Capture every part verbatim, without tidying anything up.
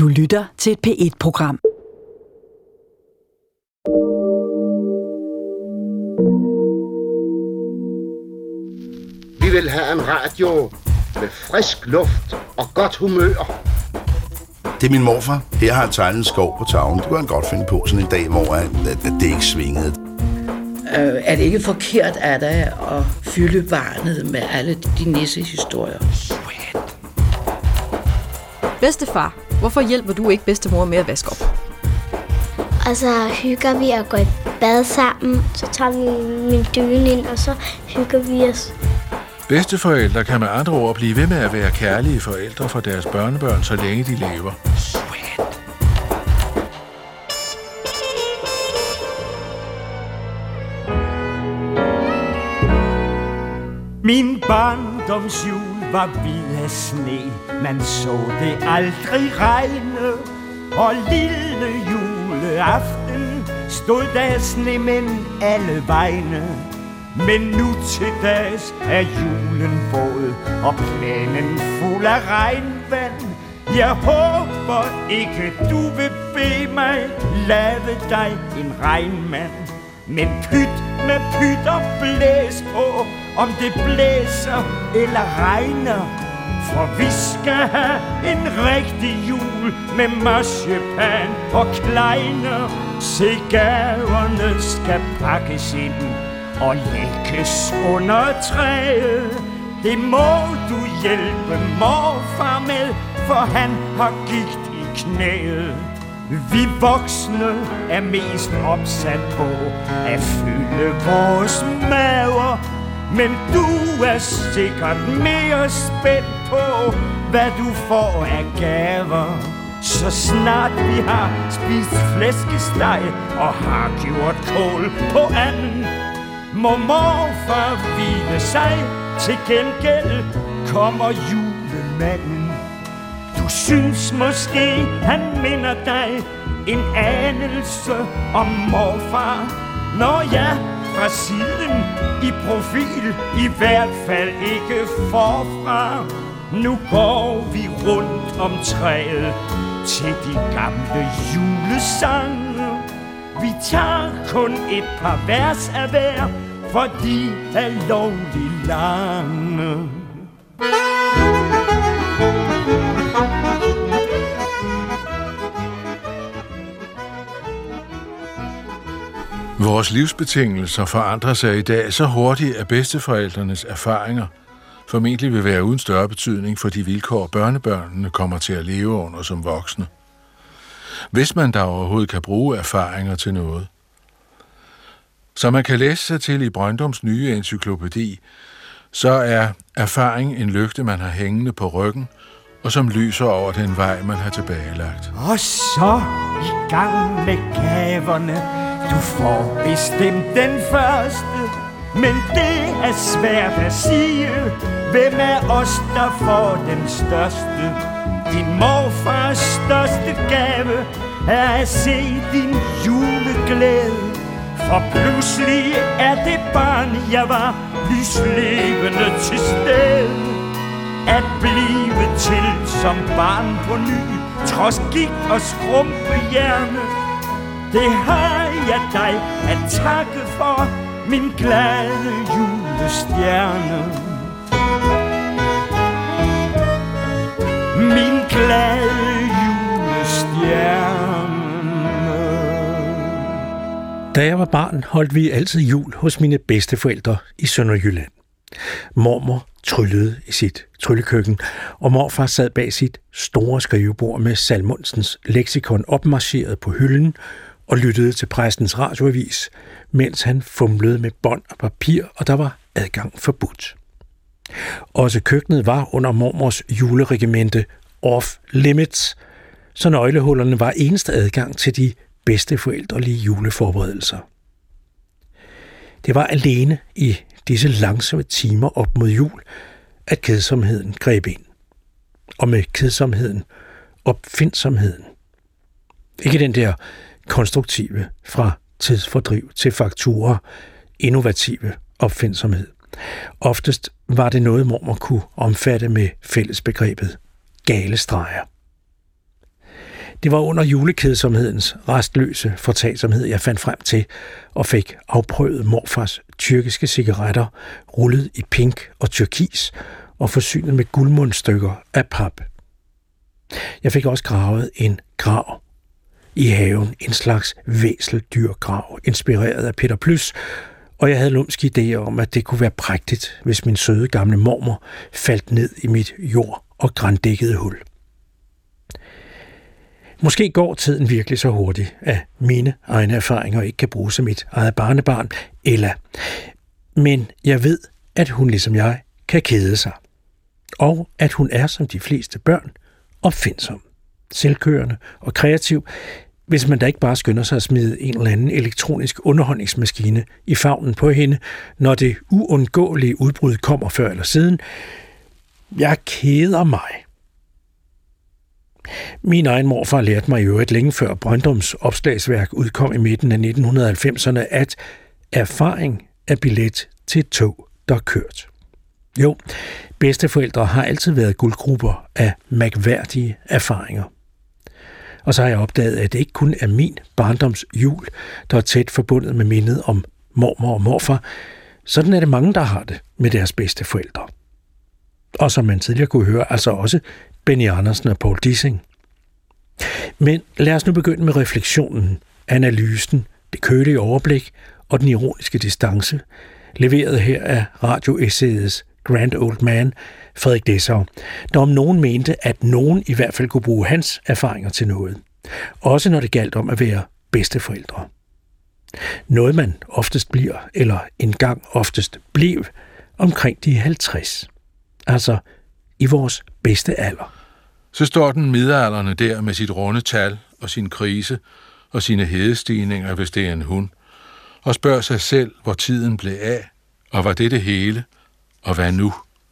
Du lytter til et P et program. Vi vil have en radio med frisk luft og godt humør. Det er min morfar. Her har jeg tegnet en skov på tavlen. Det kunne han godt finde på sådan en dag, hvor at, at det ikke svingede. Øh, er det ikke forkert af dig at fylde barnet med alle de nissehistorier? Bedstefar, hvorfor hjælper du ikke bedstemor med at vaske op? Og så hygger vi og går i bad sammen. Så tager vi min dyne ind, og så hygger vi os. Bedsteforældre kan med andre ord blive ved med at være kærlige forældre for deres børnebørn, så længe de lever. Min barndomsjul var hvid af sne. Man så det aldrig regne. Og lille juleaften stod der snemænd alle vegne. Men nu til dags er julen våd og plænen fuld af regnvand. Jeg håber ikke du vil bede mig lave dig en regnmand. Men pyt med pyt og blæs på, om det blæser eller regner. For vi skal have en rigtig jul med marcipan og kleiner. Se, gaverne skal pakkes ind og lægges under træet. Det må du hjælpe morfar med, for han har gigt i knæet. Vi voksne er mest opsat på at fylde vores maver, men du er sikkert mere spændt på, hvad du får af gaver. Så snart vi har spist flæskesteg og har gjort kål på anden, må morfar hvile sig. Til gengæld kommer julemanden. Du synes måske han minder dig en anelse om morfar. Nå ja, fra siden i profil, i hvert fald ikke forfra. Nu går vi rundt om træet til de gamle julesange. Vi tager kun et par vers af hver, for de er lovlig lange. Vores livsbetingelser forandrer sig i dag så hurtigt, at bedsteforældrenes erfaringer formentlig vil være uden større betydning for de vilkår, børnebørnene kommer til at leve under som voksne. Hvis man da overhovedet kan bruge erfaringer til noget. Som man kan læse sig til i Brøndums nye encyklopædi, så er erfaring en lygte, man har hængende på ryggen, og som lyser over den vej, man har tilbagelagt. Og så i gang med gaverne. Du får bestemt den første, men det er svært at sige. Hvem er os, der får den største? Din morfars største gave er at se din juleglæde. For pludselig er det barn, jeg var, lyslevende til stede. At blive til som barn på ny, trods gigt og skrumpehjerne. Det har jeg dig at takke for, min glade julestjerne. Min glade julestjerne. Da jeg var barn, holdt vi altid jul hos mine bedsteforældre i Sønderjylland. Mormor tryllede i sit tryllekøkken, og morfar sad bag sit store skrivebord med Salmonsens leksikon opmarcheret på hylden og lyttede til præstens radioavis, mens han fumlede med bånd og papir, og der var adgang forbudt. Også køkkenet var under mormors juleregimente off limits, så nøglehullerne var eneste adgang til de bedsteforældrelige juleforberedelser. Det var alene i disse langsomme timer op mod jul, at kedsomheden greb ind. Og med kedsomheden, opfindsomheden. Ikke den der konstruktive fra tidsfordriv til fakturer, innovative opfindsomhed. Oftest var det noget, mormor kunne omfatte med fællesbegrebet gale streger. Det var under julekedsomhedens restløse fortagsomhed, jeg fandt frem til og fik afprøvet morfars tyrkiske cigaretter, rullet i pink og turkis og forsynet med guldmundstykker af pap. Jeg fik også gravet en grav i haven, en slags væseldyrgrav, inspireret af Peter Plys, og jeg havde lumske idéer om, at det kunne være prægtigt, hvis min søde gamle mormor faldt ned i mit jord- og grændækkede hul. Måske går tiden virkelig så hurtigt, at mine egne erfaringer ikke kan bruges som mit eget barnebarn, Ella. Men jeg ved, at hun ligesom jeg kan kede sig. Og at hun er som de fleste børn, opfindsom, selvkørende og kreativ, hvis man da ikke bare skynder sig at smide en eller anden elektronisk underholdningsmaskine i favnen på hende, når det uundgåelige udbrud kommer før eller siden. Jeg keder mig. Min egen morfar lærte mig jo et længe før Brøndums opslagsværk udkom i midten af nitten halvfemserne, at erfaring er billet til et tog, der er kørt. Jo, bedsteforældre har altid været guldgrupper af mærkværdige erfaringer. Og så har jeg opdaget, at det ikke kun er min barndoms jul, der er tæt forbundet med mindet om mormor og morfar. Sådan er det mange, der har det med deres bedsteforældre. Og som man tidligere kunne høre, altså også Benny Andersen og Paul Dissing. Men lad os nu begynde med refleksionen, analysen, det kølige overblik og den ironiske distance, leveret her af radioessayets Grand Old Man, Frederik Dessau, der om nogen mente, at nogen i hvert fald kunne bruge hans erfaringer til noget. Også når det galt om at være bedsteforældre. Noget man oftest bliver, eller engang oftest blev, omkring de halvtreds. Altså i vores bedste alder. Så står den midaldrende der med sit runde tal og sin krise og sine hedestigninger, hvis det er en hund, og spørger sig selv, hvor tiden blev af, og var det det hele, og hvad nu?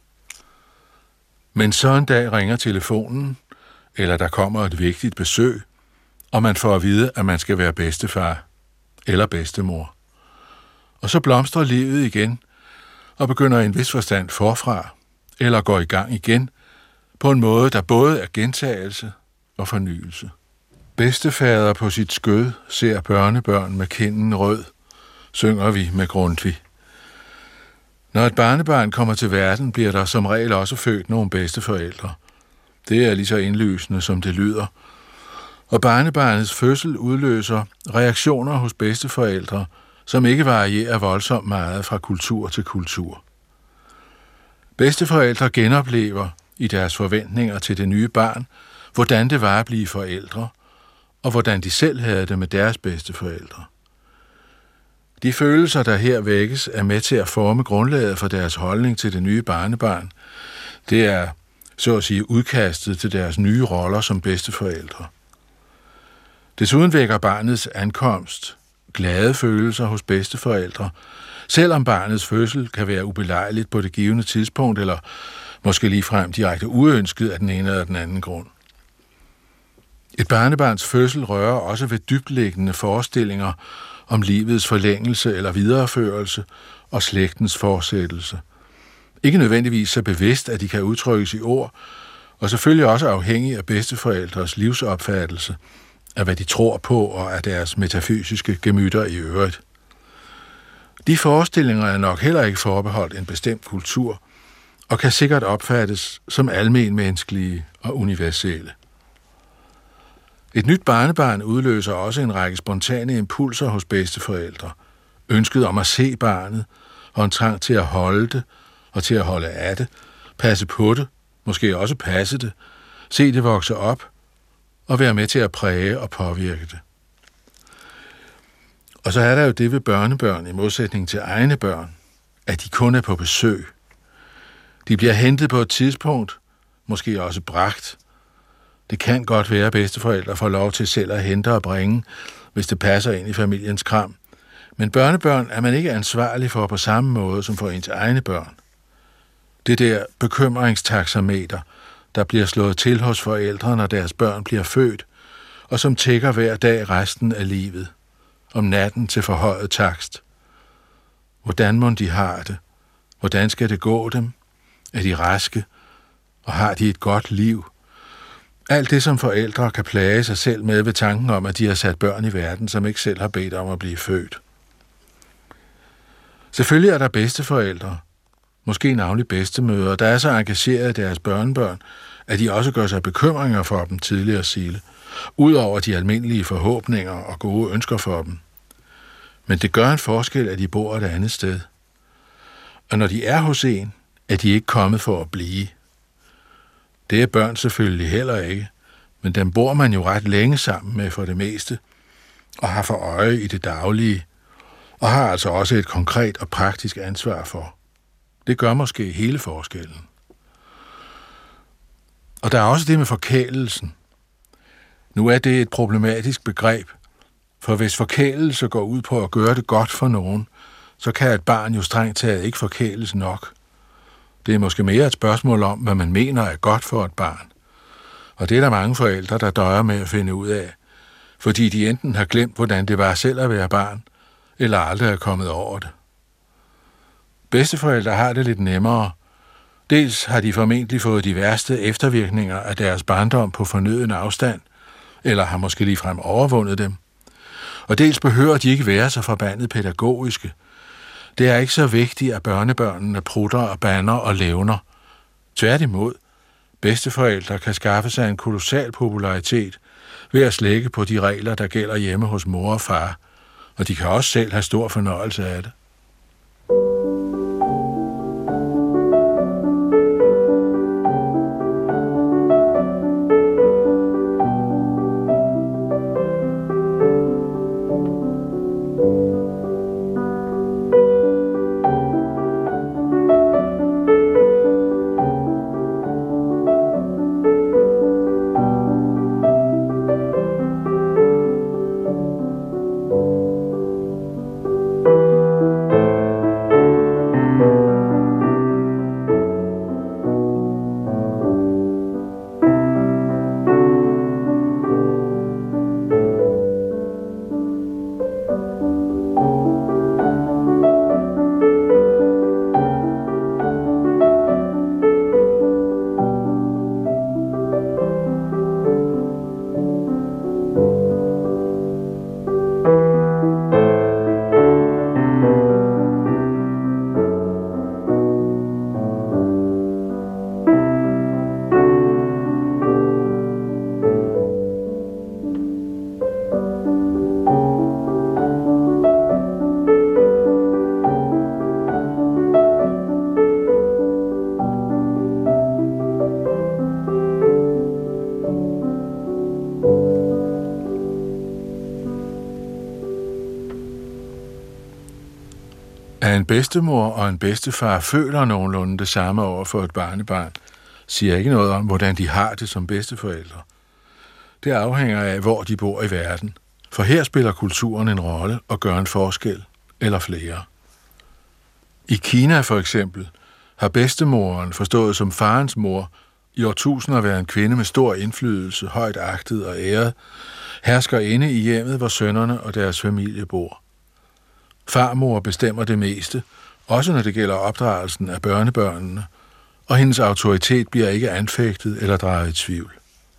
Men så en dag ringer telefonen, eller der kommer et vigtigt besøg, og man får at vide, at man skal være bedstefar eller bedstemor. Og så blomstrer livet igen, og begynder i en vis forstand forfra, eller går i gang igen, på en måde, der både er gentagelse og fornyelse. Bedstefader på sit skød ser børnebørn med kinden rød, synger vi med Grundtvig. Når et barnebarn kommer til verden, bliver der som regel også født nogle bedsteforældre. Det er lige så indlysende, som det lyder. Og barnebarnets fødsel udløser reaktioner hos bedsteforældre, som ikke varierer voldsomt meget fra kultur til kultur. Bedsteforældre genoplever i deres forventninger til det nye barn, hvordan det var at blive forældre, og hvordan de selv havde det med deres bedsteforældre. De følelser, der her vækkes, er med til at forme grundlaget for deres holdning til det nye barnebarn. Det er, så at sige, udkastet til deres nye roller som bedsteforældre. Desuden vækker barnets ankomst glade følelser hos bedsteforældre, selvom barnets fødsel kan være ubelejligt på det givne tidspunkt, eller måske ligefrem direkte uønsket af den ene eller den anden grund. Et barnebarns fødsel rører også ved dybtliggende forestillinger om livets forlængelse eller videreførelse og slægtens fortsættelse. Ikke nødvendigvis så bevidst, at de kan udtrykkes i ord, og selvfølgelig også afhængig af bedsteforældres livsopfattelse, af hvad de tror på og af deres metafysiske gemytter i øvrigt. De forestillinger er nok heller ikke forbeholdt en bestemt kultur, og kan sikkert opfattes som almenmenneskelige og universelle. Et nyt barnebarn udløser også en række spontane impulser hos bedsteforældre. Ønsket om at se barnet, og en trang til at holde det, og til at holde af det, passe på det, måske også passe det, se det vokse op, og være med til at præge og påvirke det. Og så er der jo det ved børnebørn i modsætning til egne børn, at de kun er på besøg. De bliver hentet på et tidspunkt, måske også bragt. Det kan godt være, at bedsteforældre får lov til selv at hente og bringe, hvis det passer ind i familiens kram. Men børnebørn er man ikke ansvarlig for på samme måde som for ens egne børn. Det der bekymringstaxameter, der bliver slået til hos forældre, når deres børn bliver født, og som tækker hver dag resten af livet. Om natten til forhøjet takst. Hvordan må de har det? Hvordan skal det gå dem? Er de raske? Og har de et godt liv? Alt det, som forældre kan plage sig selv med ved tanken om, at de har sat børn i verden, som ikke selv har bedt om at blive født. Selvfølgelig er der bedsteforældre, måske navnlig bedstemødre, der er så engageret i deres børnebørn, at de også gør sig bekymringer for dem, tidligere Sile, udover de almindelige forhåbninger og gode ønsker for dem. Men det gør en forskel, at de bor et andet sted. Og når de er hos en, er de ikke kommet for at blive. Det er børn selvfølgelig heller ikke, men dem bor man jo ret længe sammen med for det meste, og har for øje i det daglige, og har altså også et konkret og praktisk ansvar for. Det gør måske hele forskellen. Og der er også det med forkælelsen. Nu er det et problematisk begreb, for hvis forkælelse går ud på at gøre det godt for nogen, så kan et barn jo strengt taget ikke forkæles nok. Det er måske mere et spørgsmål om, hvad man mener er godt for et barn. Og det er der mange forældre, der døjer med at finde ud af, fordi de enten har glemt, hvordan det var selv at være barn, eller aldrig er kommet over det. Bedsteforældre har det lidt nemmere. Dels har de formentlig fået de værste eftervirkninger af deres barndom på fornøden afstand, eller har måske ligefrem overvundet dem. Og dels behøver de ikke være så forbandet pædagogiske. Det er ikke så vigtigt, at børnebørnene prutter og bander og levner. Tværtimod, bedsteforældre kan skaffe sig en kolossal popularitet ved at slække på de regler, der gælder hjemme hos mor og far, og de kan også selv have stor fornøjelse af det. At en bedstemor og en bedstefar føler nogenlunde det samme over for et barnebarn, siger ikke noget om, hvordan de har det som bedsteforældre. Det afhænger af, hvor de bor i verden, for her spiller kulturen en rolle og gør en forskel, eller flere. I Kina for eksempel har bedstemoren, forstået som farens mor, i årtusinder været en kvinde med stor indflydelse, højt agtet og æret, hersker inde i hjemmet, hvor sønnerne og deres familie bor. Farmor bestemmer det meste, også når det gælder opdragelsen af børnebørnene, og hendes autoritet bliver ikke anfægtet eller drejet i tvivl.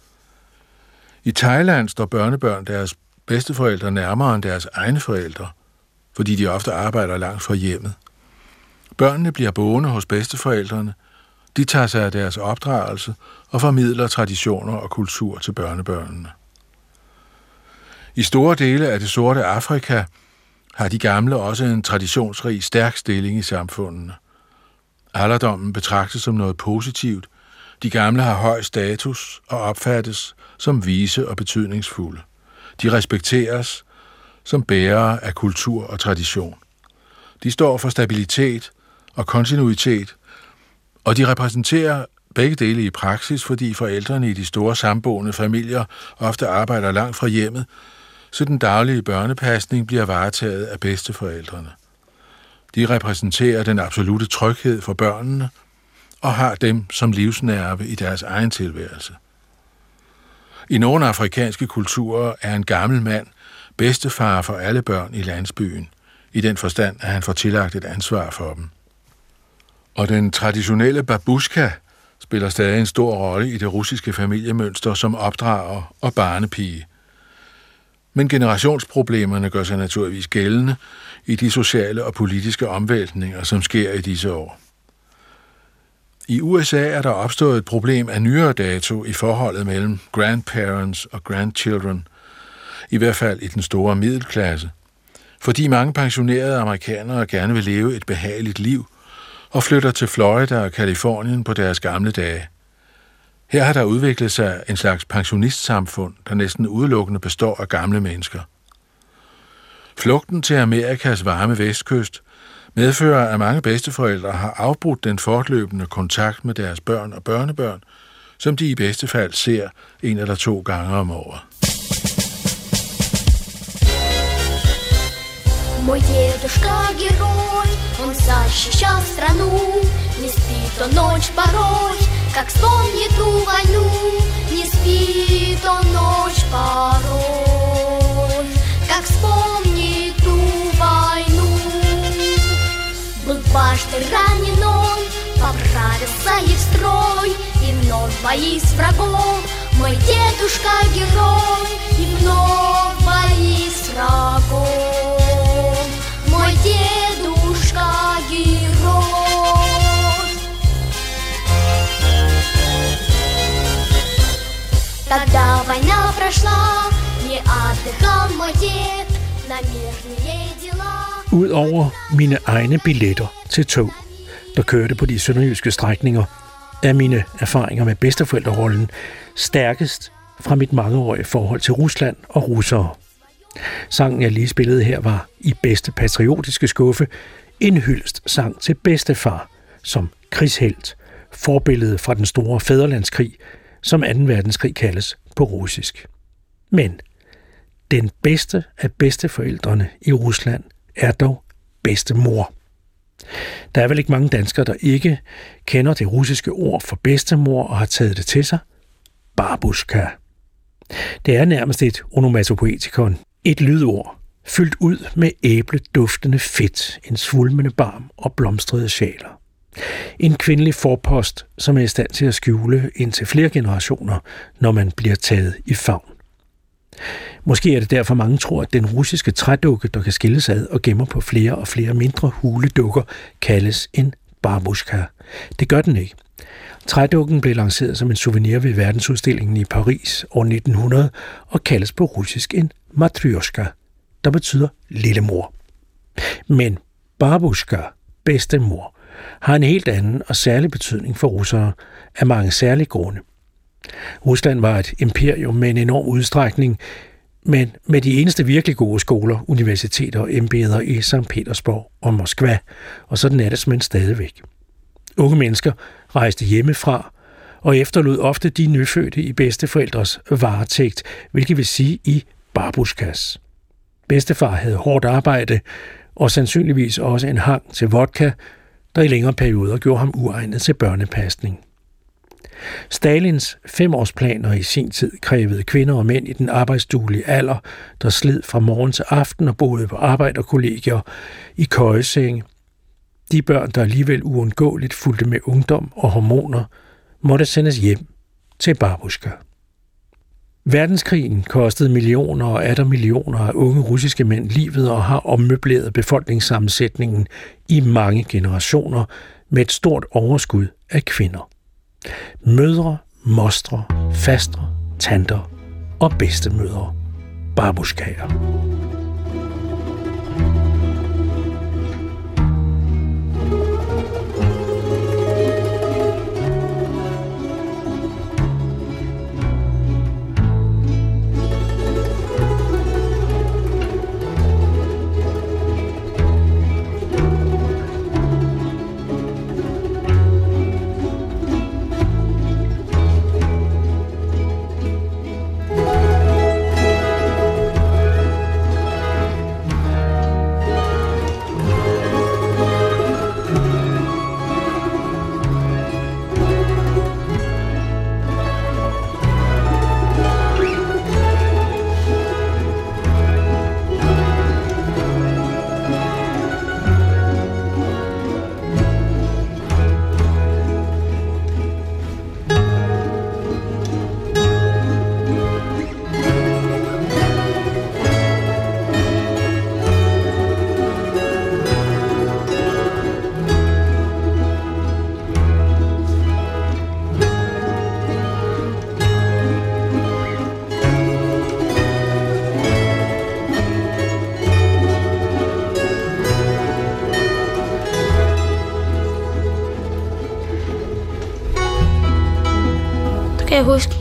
I Thailand står børnebørn deres bedsteforældre nærmere end deres egne forældre, fordi de ofte arbejder langt fra hjemmet. Børnene bliver boende hos bedsteforældrene, de tager sig af deres opdragelse og formidler traditioner og kultur til børnebørnene. I store dele af det sorte Afrika har de gamle også en traditionsrig, stærk stilling i samfundene. Alderdommen betragtes som noget positivt. De gamle har høj status og opfattes som vise og betydningsfulde. De respekteres som bærere af kultur og tradition. De står for stabilitet og kontinuitet, og de repræsenterer begge dele i praksis, fordi forældrene i de store samboende familier ofte arbejder langt fra hjemmet, så den daglige børnepasning bliver varetaget af bedsteforældrene. De repræsenterer den absolute tryghed for børnene og har dem som livsnerve i deres egen tilværelse. I nogle afrikanske kulturer er en gammel mand bedstefar for alle børn i landsbyen, i den forstand, at han får tillagt et ansvar for dem. Og den traditionelle babushka, spiller stadig en stor rolle i det russiske familiemønster som opdrager og barnepige. Men generationsproblemerne gør sig naturligvis gældende i de sociale og politiske omvæltninger, som sker i disse år. I U S A er der opstået et problem af nyere dato i forholdet mellem grandparents og grandchildren, i hvert fald i den store middelklasse, fordi mange pensionerede amerikanere gerne vil leve et behageligt liv og flytter til Florida og Californien på deres gamle dage. Her har der udviklet sig en slags pensionistsamfund, der næsten udelukkende består af gamle mennesker. Flugten til Amerikas varme vestkyst medfører, at mange bedsteforældre har afbrudt den fortløbende kontakt med deres børn og børnebørn, som de i bedste fald ser en eller to gange om året. Мой дедушка герой, он защищал страну, не спит он ночь порой, как вспомнит ту войну, не спит он ночь порой, как вспомнит ту войну. Был дважды ранен он, поправился и в строй, и вновь бои с врагом. Мой дедушка герой, и вновь бои с врагом. Мой дедушка герой. Когда война прошла, не отдыхал мой дед на мирные дела. Udover mine egne billetter til tog, der kørte på de sønderjyske strækninger, er mine erfaringer med bedsteforældrerollen stærkest fra mit mangeårige forhold til Rusland og russere. Sangen, jeg lige spillede her, var i bedste patriotiske skuffe en hyldest sang til bedstefar som krigshelt, forbillede fra den store fædrelandskrig, som anden verdenskrig kaldes på russisk. Men den bedste af bedsteforældrene i Rusland er dog bedstemor. Der er vel ikke mange danskere, der ikke kender det russiske ord for bedstemor og har taget det til sig. Babushka. Det er nærmest et onomatopoetikon, et lydord, fyldt ud med æbleduftende fedt, en svulmende barm og blomstrede sjaler. En kvindelig forpost, som er i stand til at skjule indtil flere generationer, når man bliver taget i favn. Måske er det derfor mange tror, at den russiske trædukke, der kan skilles ad og gemmer på flere og flere mindre huledukker, kaldes en babushka. Det gør den ikke. Trædukken blev lanceret som en souvenir ved verdensudstillingen i Paris år nitten hundrede og kaldes på russisk en matryoshka, der betyder lillemor. Men babushka, bedstemor, har en helt anden og særlig betydning for russere af mange særlige grunde. Rusland var et imperium med en enorm udstrækning, men med de eneste virkelig gode skoler, universiteter og embeder i Sankt Petersborg og Moskva, og sådan er det simpelthen stadigvæk. Unge mennesker rejste hjemmefra og efterlod ofte de nyfødte i bedsteforældres varetægt, hvilket vil sige i babushkas. Bedstefar havde hårdt arbejde og sandsynligvis også en hang til vodka, der i længere perioder gjorde ham uegnet til børnepasning. Stalins femårsplaner i sin tid krævede kvinder og mænd i den arbejdsduelige alder, der slid fra morgen til aften og boede på arbejderkollegier i køjesenge. De børn, der alligevel uundgåeligt fulgte med ungdom og hormoner, måtte sendes hjem til babushka. Verdenskrigen kostede millioner og atter millioner af unge russiske mænd livet og har ommøbleret befolkningssammensætningen i mange generationer med et stort overskud af kvinder. Mødre, mostre, fastre, tanter og bedstemødre. Babushkaer.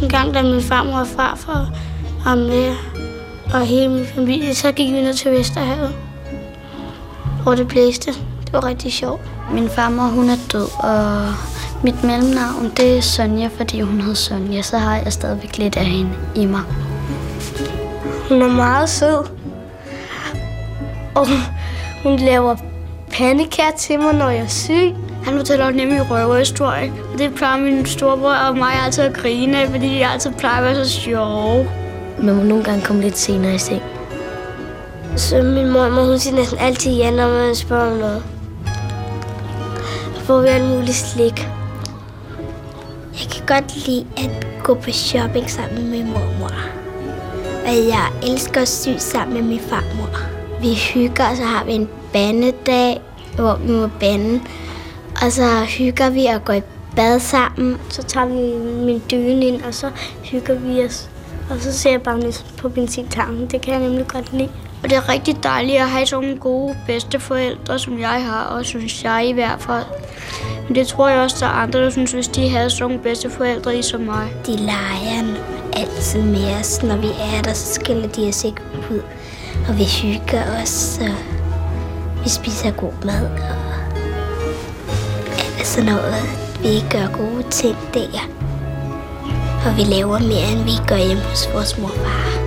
En gang, da min farmor og farfar var med, og hele min familie, så gik vi ned til Vesterhavet, hvor det blæste. Det var rigtig sjovt. Min farmor, hun er død, og mit mellemnavn, det er Sonja, fordi hun hed Sonja. Så har jeg stadigvæk lidt af hende i mig. Hun er meget sød, og hun laver pandekager til mig, når jeg er syg. Han fortæller nemlig røverhistorie, og det plejer min storebror og mig altid at grine af, fordi de altid plejer at være så sjove. Man må nogle gange komme lidt senere i seng. Så min mor, hun siger næsten altid ja, når man spørger om noget. Så får vi alt muligt slik. Jeg kan godt lide at gå på shopping sammen med min mormor. Og jeg elsker at sy sammen med min farmor. Vi hygger, og så har vi en bandedag, hvor vi må bande. Og så hygger vi og går i bad sammen. Så tager vi min dyne ind, og så hygger vi os. Og så ser jeg bare på benzintanken. Det kan jeg nemlig godt lide. Og det er rigtig dejligt at have sådan nogle gode bedsteforældre, som jeg har, og synes jeg i hvert fald. Men det tror jeg også, der er andre, der synes, hvis de havde sådan nogle bedsteforældre ligesom mig. De leger altid med os. Når vi er der, så skiller de os ikke ud. Og vi hygger os, og vi spiser god mad. Og sådan noget. Vi gør gode ting der. Og vi laver mere, end vi gør hjemme hos vores mor og far.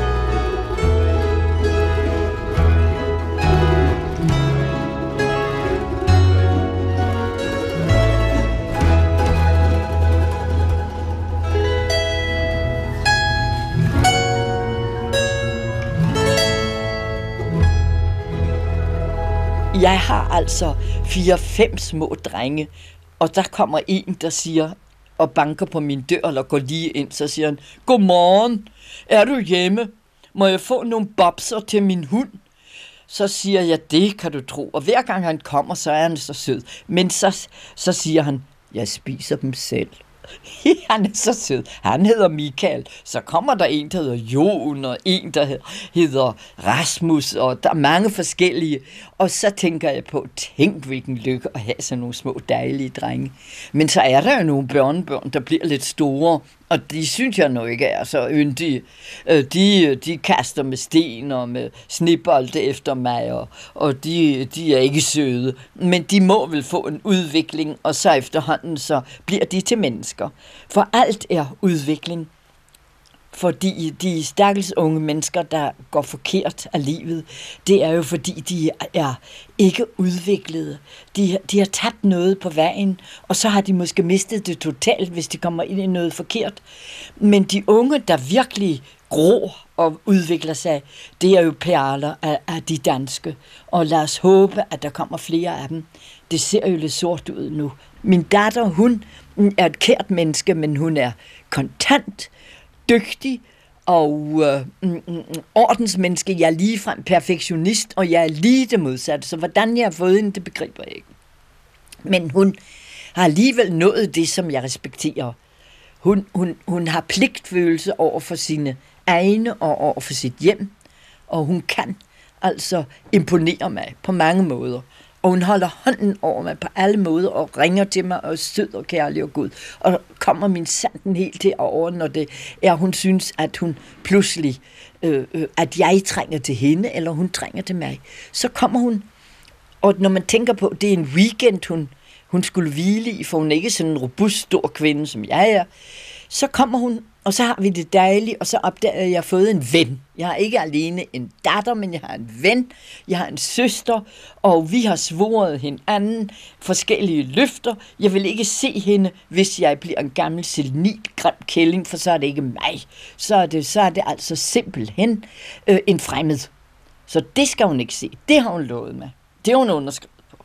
Jeg har altså fire-fem små drenge, og der kommer en, der siger og banker på min dør, eller går lige ind, så siger han, godmorgen, er du hjemme? Må jeg få nogle bobser til min hund? Så siger jeg, det kan du tro. Og hver gang han kommer, så er han så sød. Men så, så siger han, jeg spiser dem selv. Han er så sød. Han hedder Michael. Så kommer der en, der hedder Jon, og en, der hedder Rasmus, og der er mange forskellige. Og så tænker jeg på, tænk hvilken lykke at have sådan nogle små dejlige drenge. Men så er der jo nogle børnebørn, der bliver lidt store, og de synes jeg nu ikke er så yndige. De, de kaster med sten og med snebolde efter mig, og, og de, de er ikke søde. Men de må vel få en udvikling, og så efterhånden så bliver de til mennesker. For alt er udvikling. Fordi de stakkels unge mennesker, der går forkert af livet, det er jo fordi, de er ikke udviklede. De, de har tabt noget på vejen, og så har de måske mistet det totalt, hvis de kommer ind i noget forkert. Men de unge, der virkelig gror og udvikler sig, det er jo perler af, af de danske. Og lad os håbe, at der kommer flere af dem. Det ser jo lidt sort ud nu. Min datter, hun er et kært menneske, men hun er kontant, dygtig og øh, mm, ordensmenneske. Jeg er ligefrem perfektionist, og jeg er lige det modsatte. Så hvordan jeg har fået hende, det begriber jeg ikke. Men hun har alligevel nået det, som jeg respekterer. Hun, hun, hun har pligtfølelse over for sine egne og over for sit hjem, og hun kan altså imponere mig på mange måder. Og hun holder hånden over mig på alle måder og ringer til mig og er sød og kærlig og god. Og kommer min sanden helt derover, når det er, hun synes, at hun pludselig, øh, øh, at jeg trænger til hende, eller hun trænger til mig. Så kommer hun, og når man tænker på, det er en weekend, hun, hun skulle hvile i, for hun er ikke sådan en robust, stor kvinde, som jeg er, så kommer hun, og så har vi det dejligt, og så opdager jeg, at jeg har fået en ven. Jeg har ikke alene en datter, men jeg har en ven, jeg har en søster, og vi har svoret hinanden forskellige løfter. Jeg vil ikke se hende, hvis jeg bliver en gammel senil grim kælling, for så er det ikke mig. Så er det, så er det altså simpelthen øh, en fremmed. Så det skal hun ikke se. Det har hun lovet mig. Det har hun underskrevet på.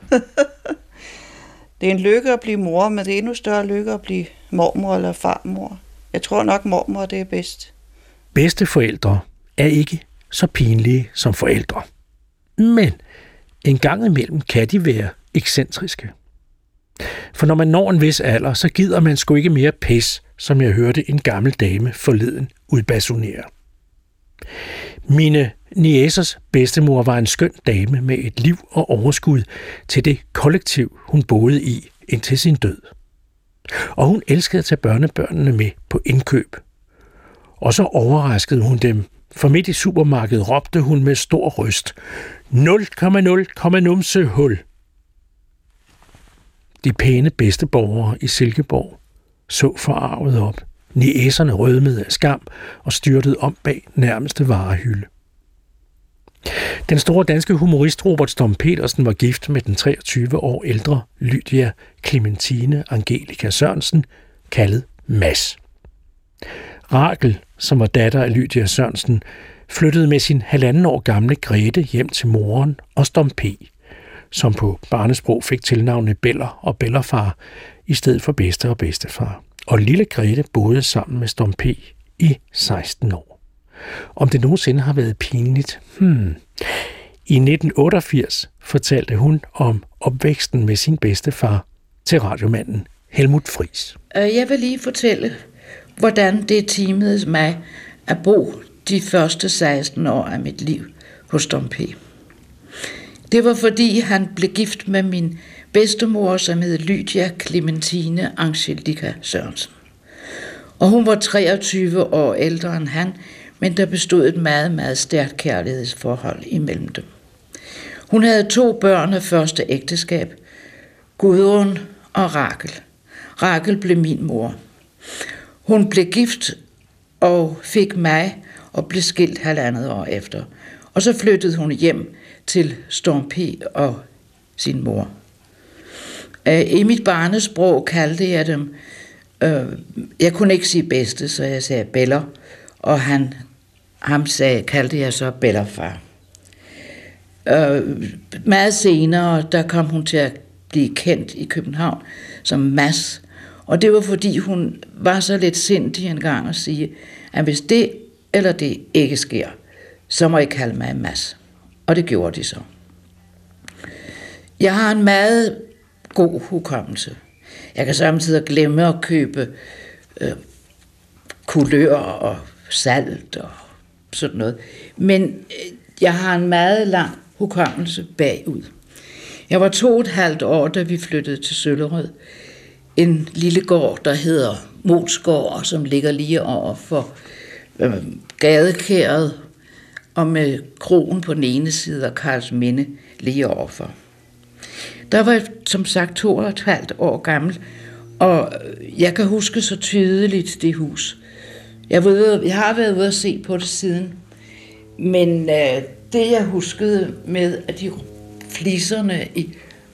Det er en lykke at blive mor, men det er endnu større lykke at blive mormor eller farmor. Jeg tror nok, mormor det er bedst. Bedsteforældre er ikke så pinlige som forældre. Men en gang imellem kan de være ekscentriske. For når man når en vis alder, så gider man sgu ikke mere pis, som jeg hørte en gammel dame forleden udbasunere. Mine niæsers bedstemor var en skøn dame med et liv og overskud til det kollektiv, hun boede i indtil sin død. Og hun elskede at tage børnebørnene med på indkøb. Og så overraskede hun dem, for midt i supermarkedet råbte hun med stor røst: nul komma nul komma numse hul. De pæne bedsteborgere i Silkeborg så forarvet op. Niæserne rødmede af skam og styrtede om bag nærmeste varehylde. Den store danske humorist Robert Storm Petersen var gift med den treogtyve år ældre Lydia Clementine Angelica Sørensen, kaldet Mads. Rakel, som var datter af Lydia Sørensen, flyttede med sin halvanden år gamle Grete hjem til moren og Storm P., som på barnesprog fik tilnavnet Beller og Bellerfar i stedet for bedste og bedstefar. Og lille Grete boede sammen med Storm P. i seksten år. Om det nogensinde har været pinligt? Hmm. I nitten otteogfirs fortalte hun om opvæksten med sin bedstefar til radiomanden Helmut Friis. Jeg vil lige fortælle, hvordan det timede mig at bo de første seksten år af mit liv hos Storm P. Det var fordi han blev gift med min bedstemor, som hed Lydia Clementine Angelica Sørensen. Og hun var treogtyve år ældre end han, men der bestod et meget, meget stærkt kærlighedsforhold imellem dem. Hun havde to børn af første ægteskab, Gudrun og Rakel. Rakel blev min mor. Hun blev gift og fik mig og blev skilt halvandet år efter. Og så flyttede hun hjem til Storm P. og sin mor. I mit barnesprog kaldte jeg dem, øh, jeg kunne ikke sige bedste, så jeg sagde Beller, og han, ham sagde, kaldte jeg så Bellerfar. Øh, meget senere, der kom hun til at blive kendt i København som Mads, og det var fordi hun var så lidt sindig en gang at sige, at hvis det eller det ikke sker, så må I kalde mig Mads. Og det gjorde de så. Jeg har en meget god hukommelse. Jeg kan samtidig glemme at købe øh, kulør og salt og sådan noget. Men øh, jeg har en meget lang hukommelse bagud. Jeg var to og et halvt år, da vi flyttede til Søllerød. En lille gård, der hedder Motsgård, som ligger lige over for øh, Gadekæret, og med krogen på den ene side og Karlsminde lige overfor. Der var jeg som sagt to og et halvt år gammel, og jeg kan huske så tydeligt det hus. Jeg, ved, jeg har været ude at se på det siden, men øh, det jeg huskede med, at de fliserne i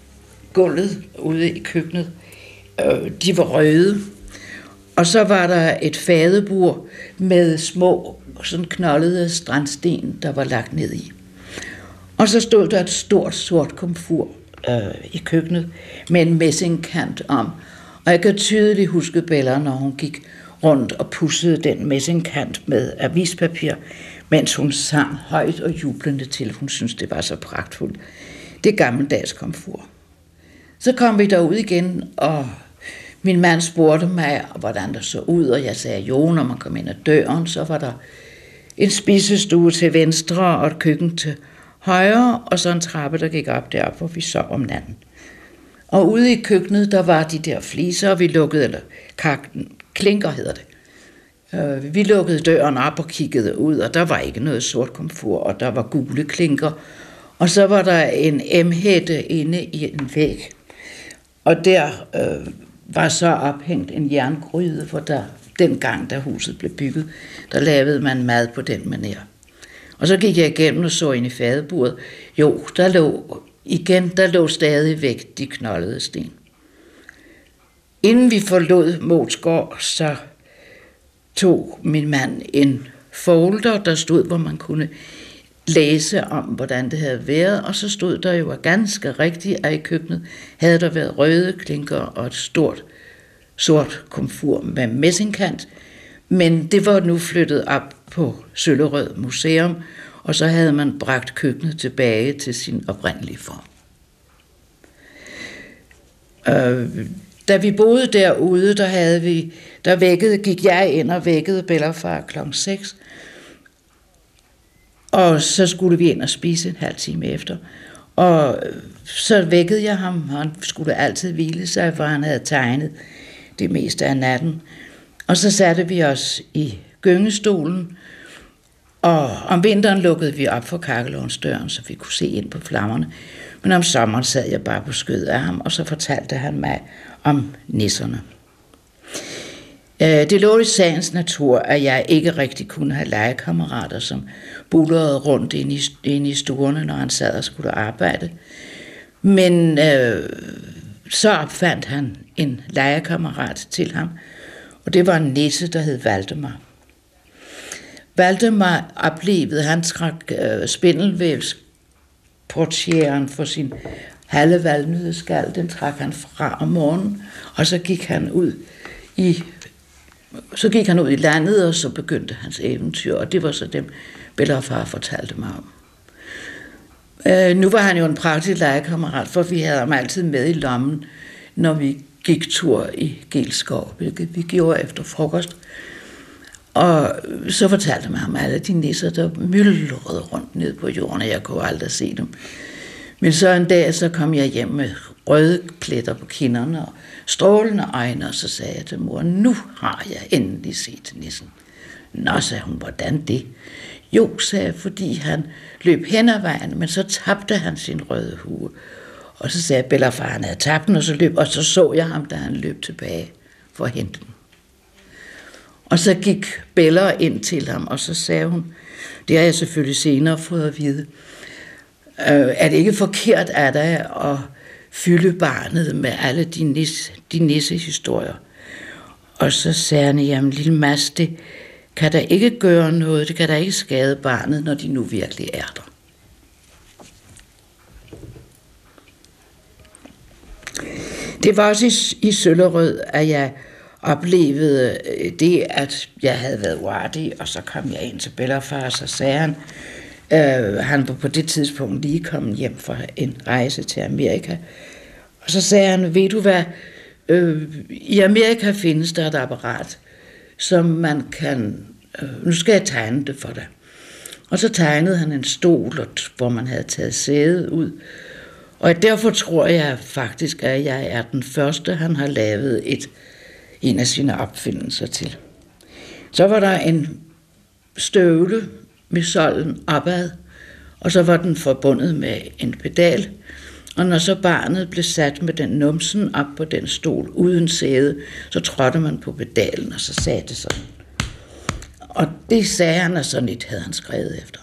gulvet ude i køkkenet, øh, de var røde. Og så var der et fadebord med små, sådan knoldede strandsten, der var lagt ned i. Og så stod der et stort sort komfur øh, i køkkenet med en messingkant om. Og jeg kan tydeligt huske Bella, når hun gik rundt og pudsede den messingkant med avispapir, mens hun sang højt og jublende til. Hun syntes, det var så pragtfuldt. Det er gammeldags komfur. Så kom vi derud igen, og min mand spurgte mig, hvordan der så ud, og jeg sagde jo, når man kom ind ad døren, så var der en spisestue til venstre og et køkken til højre, og så en trappe, der gik op derop, hvor vi sov om natten. Og ude i køkkenet, der var de der fliser, og vi lukkede, eller kakten, klinker hedder det. Vi lukkede døren op og kiggede ud, og der var ikke noget sort komfur, og der var gule klinker. Og så var der en emhætte inde i en væg, og der øh, var så ophængt en jerngryde, for der, dengang, da huset blev bygget, der lavede man mad på den manér. Og så gik jeg igennem og så ind i fadebordet. Jo, der lå igen, der lå stadigvæk de knoldede sten. Inden vi forlod Motsgård, så tog min mand en folder, der stod, hvor man kunne læse om, hvordan det havde været, og så stod der jo ganske rigtigt, at i køkkenet havde der været røde klinker og et stort sort komfur med messingkant, men det var nu flyttet op på Søllerød Museum, og så havde man bragt køkkenet tilbage til sin oprindelige form. Øh, da vi boede derude, der havde vi, der vækkede, gik jeg ind og vækkede Bellerfar klokken seks, og så skulle vi ind og spise en halv time efter. Og så vækkede jeg ham, og han skulle altid hvile sig, for han havde tegnet det meste af natten. Og så satte vi os i gyngestolen, og om vinteren lukkede vi op for kakkelovnsdøren, så vi kunne se ind på flammerne. Men om sommeren sad jeg bare på skødet af ham, og så fortalte han mig om nisserne. Det lå i sagens natur, at jeg ikke rigtig kunne have legekammerater, som bullerede rundt inde i, inde i stuerne, når han sad og skulle arbejde. Men øh, så opfandt han en legekammerat til ham, og det var en nisse, der hed Valdemar. Valdemar oplevede, han trak øh, spindelvævsportieren for sin halve valnødeskal, den trak han fra om morgenen, og så gik han ud i Så gik han ud i landet, og så begyndte hans eventyr, og det var så dem, Bella og far fortalte mig om. Øh, nu var han jo en praktisk legekammerat, for vi havde ham altid med i lommen, når vi gik tur i Gelskov, hvilket vi gjorde efter frokost. Og så fortalte mig ham alle de nisser, der myldrede rundt ned på jorden, og jeg kunne aldrig se dem. Men så en dag, så kom jeg hjem med røde pletter på kinderne og strålende øjne, og så sagde jeg til mor, nu har jeg endelig set nissen. Nå, sagde hun, hvordan det? Jo, sagde jeg, fordi han løb hen ad vejen, men så tabte han sin røde hue. Og så sagde Bella, far, han havde tabt den, og så løb, og så så jeg ham, da han løb tilbage for at hente den. Og så gik Bella ind til ham, og så sagde hun, det har jeg selvfølgelig senere fået at vide, er det ikke forkert af dig at fylde barnet med alle de, nis, de nissehistorier? Og så sagde han, jamen lille Mads, det kan da ikke gøre noget, det kan da ikke skade barnet, når de nu virkelig er der. Det var også i, i Søllerød, at jeg oplevede det, at jeg havde været uartig, og så kom jeg ind til Bella og far, og så sagde han, Uh, han var på det tidspunkt lige kommet hjem fra en rejse til Amerika. Og så sagde han, ved du hvad, uh, i Amerika findes der et apparat, som man kan, uh, nu skal jeg tegne det for dig. Og så tegnede han en stol, hvor man havde taget sædet ud. Og derfor tror jeg faktisk, at jeg er den første, han har lavet et, en af sine opfindelser til. Så var der en støvle med solden opad, og så var den forbundet med en pedal, og når så barnet blev sat med den numsen op på den stol uden sæde, så trådte man på pedalen, og så sagde det sådan. Og det sagde han, og sådan et havde han skrevet efter.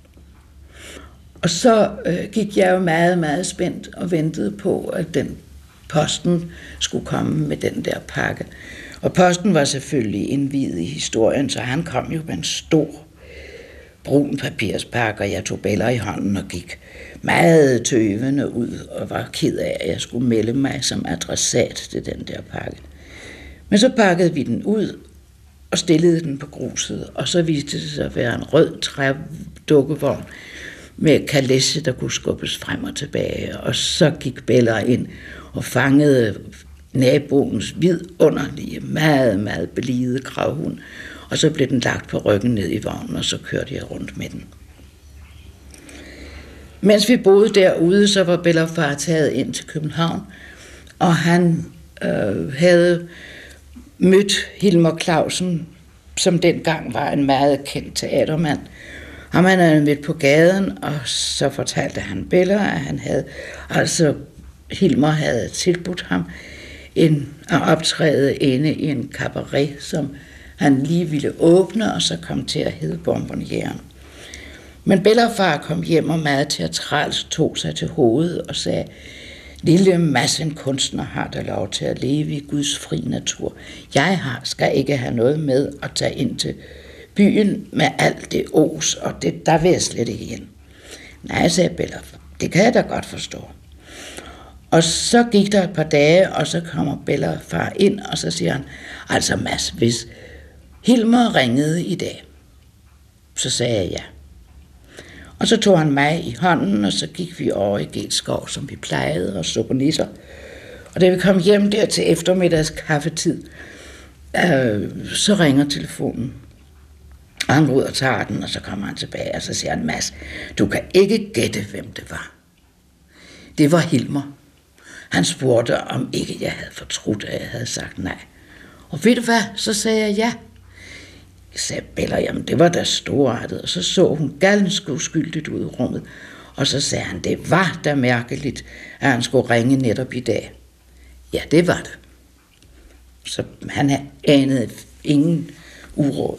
Og så øh, gik jeg jo meget, meget spændt og ventede på, at den posten skulle komme med den der pakke. Og posten var selvfølgelig indviet i historien, så han kom jo med en stor brun papirspakke, og jeg tog Bella i hånden og gik meget tøvende ud og var ked af, at jeg skulle melde mig som adressat til den der pakke. Men så pakkede vi den ud og stillede den på gruset, og så viste det sig at være en rød trædukkevogn med kalesse, der kunne skubbes frem og tilbage, og så gik Bella ind og fangede naboens vidunderlige, meget, meget belidede gravhund, og så blev den lagt på ryggen ned i vognen, og så kørte jeg rundt med den. Mens vi boede derude, så var Bella og far taget ind til København, og han øh, havde mødt Hilmer Clausen, som dengang var en meget kendt teatermand. Ham han havde mødt på gaden, og så fortalte han Bella, at han havde, altså Hilmer havde tilbudt ham en, at optræde inde i en cabaret, som han lige ville åbne, og så kom til at hedde Bonbonnieren. Men Bella og far kom hjem og meget teatralt tog sig til hovedet og sagde, lille Mads, en kunstner, har da lov til at leve i Guds fri natur. Jeg har, skal ikke have noget med at tage ind til byen med alt det os, og det, der vil jeg slet ikke igen. Nej, sagde Bella, det kan jeg da godt forstå. Og så gik der et par dage, og så kommer Bella og far ind, og så siger han, altså Mads, hvis Hilmer ringede i dag, så sagde jeg ja. Og så tog han mig i hånden, og så gik vi over i Gelskov, som vi plejede, og så på nisser. Og da vi kom hjem der til eftermiddags kaffetid, øh, så ringer telefonen. Og han går ud og tager den, og så kommer han tilbage, og så siger han, Mads, du kan ikke gætte, hvem det var. Det var Hilmer. Han spurgte, om ikke jeg havde fortrudt, at jeg havde sagt nej. Og ved du hvad, så sagde jeg ja. Jeg sagde, Bella, jamen det var da storartet. Og så så hun ganske uskyldigt ud i rummet. Og så sagde han, det var da mærkeligt, at han skulle ringe netop i dag. Ja, det var det. Så han anede ingen uråd.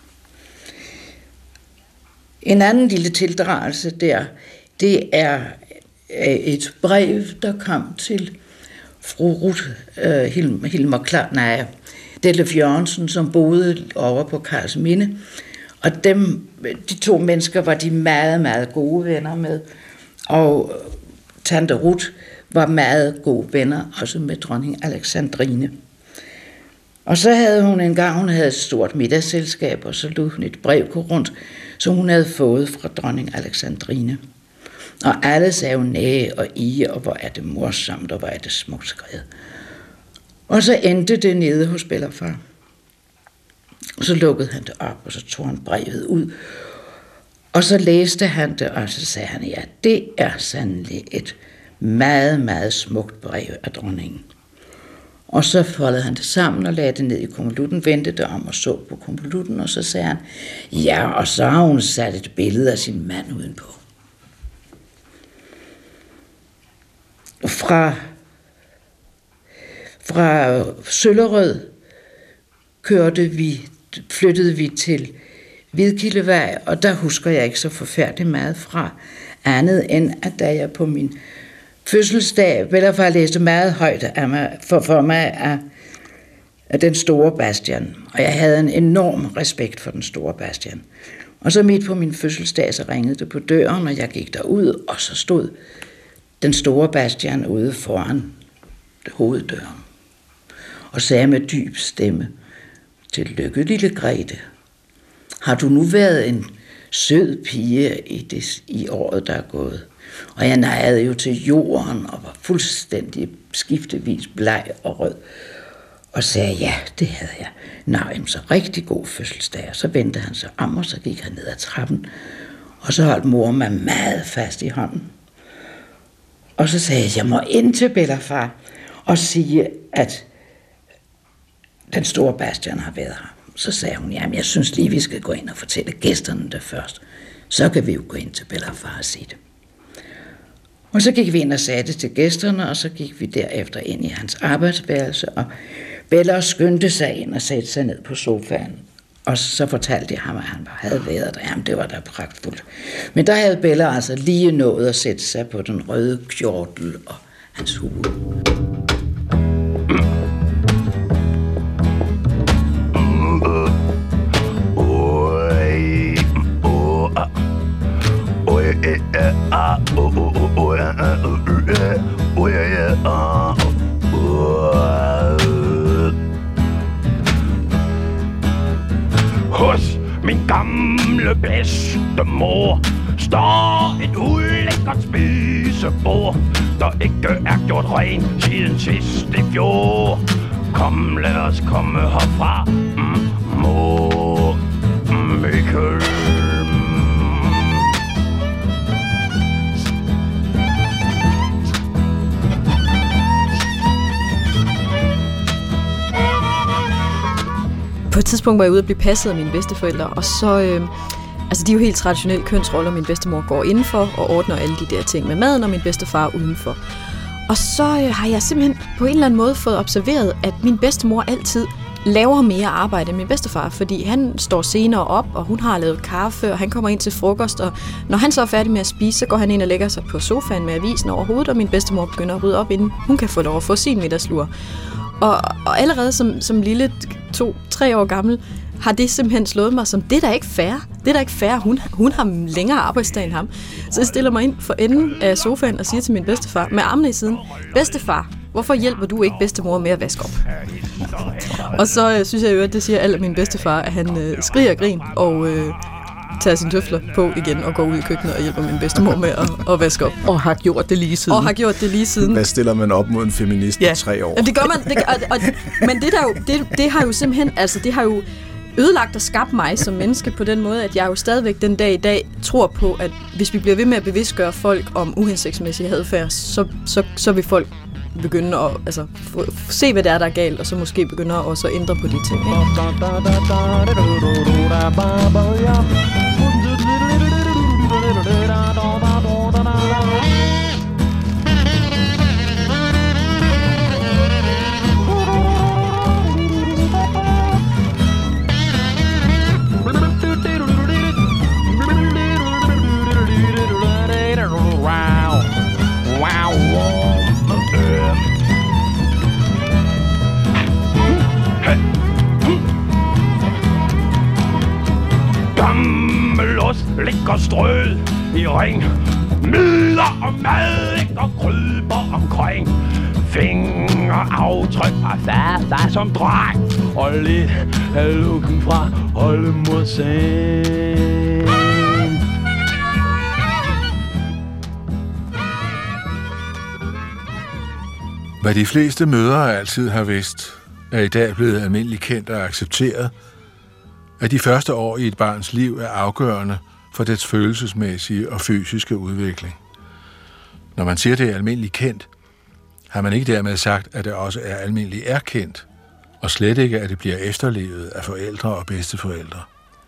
En anden lille tildragelse der, det er et brev, der kom til fru Ruth uh, Hilmer, Hilmer Klar, nej, Detlef Jørgensen, som boede over på Karlsminde. Og dem, de to mennesker var de meget, meget gode venner med. Og tante Ruth var meget gode venner, også med dronning Alexandrine. Og så havde hun en gang, hun havde et stort middagsselskab, og så lod hun et brev gå rundt, som hun havde fået fra dronning Alexandrine. Og alle sagde jo næ og i, og hvor er det morsomt, og hvor er det smukt skrevet. Og så endte det nede hos Bellafar. Og så lukkede han det op, og så tog han brevet ud. Og så læste han det, og så sagde han, ja, det er sandelig et meget, meget smukt brev af dronningen. Og så foldede han det sammen og lagde det ned i konvolutten, vendte det om og så på konvolutten, og så sagde han, ja, og så har hun sat et billede af sin mand udenpå. Fra, fra Søllerød kørte vi, flyttede vi til Hvidkildevej, og der husker jeg ikke så forfærdeligt meget fra, andet end at da jeg på min fødselsdag, Bellafar læste meget højt af mig, for, for mig af, af den store Bastian, og jeg havde en enorm respekt for den store Bastian. Og så midt på min fødselsdag, så ringede det på døren, og jeg gik derud, og så stod den store Bastian ude foran hoveddøren, og sagde med dyb stemme, tillykke lille Grete, har du nu været en sød pige i, det, i året, der er gået? Og jeg nejede jo til jorden og var fuldstændig skiftevis bleg og rød. Og sagde, ja, det havde jeg. Nej, så rigtig god fødselsdag. Og så vendte han sig om, og så gik han ned ad trappen. Og så holdt mor mig meget fast i hånden. Og så sagde jeg, jeg må ind til Bellafar og sige, at den store Bastian har været her. Så sagde hun, jamen jeg synes lige, vi skal gå ind og fortælle gæsterne det først. Så kan vi jo gå ind til Bellafar og sige det. Og så gik vi ind og sagde det til gæsterne, og så gik vi derefter ind i hans arbejdsværelse, og Bella skyndte sig ind og satte sig ned på sofaen. Og så fortalte jeg ham, at han havde været der. Jamen, det var da pragtfuldt. Men der havde Bella altså lige nået at sætte sig på den røde kjortel og hans hue. Hos min gamle bedstemor står et ulækkert spisebord, der ikke er gjort ren siden sidste fjor. Kom, lad os komme herfra, mm, mor Mikkel. På et tidspunkt var jeg ude at blive passet af mine bedsteforældre, og så, øh, altså de er jo helt traditionelle kønsroller, min bedstemor går indenfor og ordner alle de der ting med maden, og min bedstefar udenfor. Og så øh, har jeg simpelthen på en eller anden måde fået observeret, at min bedstemor altid laver mere arbejde end min bedstefar, fordi han står senere op, og hun har lavet kaffe, og han kommer ind til frokost, og når han så er færdig med at spise, så går han ind og lægger sig på sofaen med avisen over hovedet, og min bedstemor begynder at rydde op, inden hun kan få lov at få sin middagslur. Og, og allerede som, som lille to-tre år gammel, har det simpelthen slået mig som, det er da ikke fair. Det er da ikke fair. Hun, hun har længere arbejdsdag end ham. Så jeg stiller mig ind for enden af sofaen og siger til min bedstefar, med armene i siden, bedstefar, hvorfor hjælper du ikke bedstemor med at vaske op? Og så øh, synes jeg jo, at det siger alt af min bedstefar, at han øh, skriger og grin og øh, tager sine tøfler på igen og går ud i køkkenet og hjælper min bedstemor med at, at vaske op. Og har gjort det lige siden. Og har gjort det lige siden. Hvad stiller man op mod en feminist ja. i tre år? Ja, det gør man. Det, og, og, men det, der jo, det, det har jo simpelthen, altså det har jo ødelagt og skabt mig som menneske på den måde, at jeg jo stadigvæk den dag i dag tror på, at hvis vi bliver ved med at bevidstgøre folk om uhensigtsmæssig adfærd, så, så, så vil folk begynde at altså, få, se, hvad det er, der er galt, og så måske begynde at også ændre på de ting. Ligger strød i ring, midler og mad ligger kryber omkring. Fingeraftryk fra farfar som dreng, og lidt af lugten fra oldemors seng. Hvad de fleste mødre altid har vidst, er i dag blevet almindeligt kendt og accepteret, at de første år i et barns liv er afgørende for dets følelsesmæssige og fysiske udvikling. Når man siger, det er almindeligt kendt, har man ikke dermed sagt, at det også er almindeligt erkendt, og slet ikke, at det bliver efterlevet af forældre og bedsteforældre.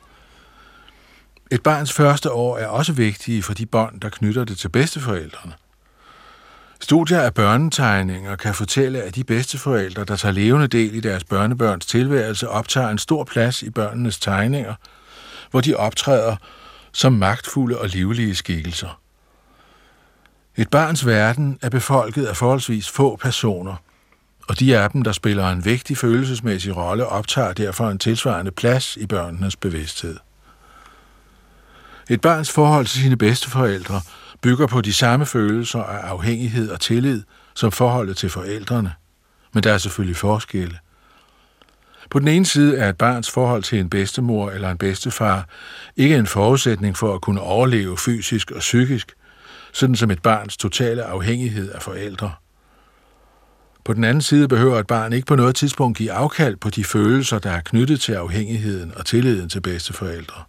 Et barns første år er også vigtige for de bånd, der knytter det til bedsteforældrene. Studier af børnetegninger kan fortælle, at de bedsteforældre, der tager levende del i deres børnebørns tilværelse, optager en stor plads i børnenes tegninger, hvor de optræder som magtfulde og livlige skikkelser. Et barns verden er befolket af forholdsvis få personer, og de af dem, der spiller en vigtig følelsesmæssig rolle, optager derfor en tilsvarende plads i børnenes bevidsthed. Et barns forhold til sine bedsteforældre bygger på de samme følelser af afhængighed og tillid som forholdet til forældrene, men der er selvfølgelig forskelle. På den ene side er et barns forhold til en bedstemor eller en bedstefar ikke en forudsætning for at kunne overleve fysisk og psykisk, sådan som et barns totale afhængighed af forældre. På den anden side behøver et barn ikke på noget tidspunkt give afkald på de følelser, der er knyttet til afhængigheden og tilliden til bedsteforældre.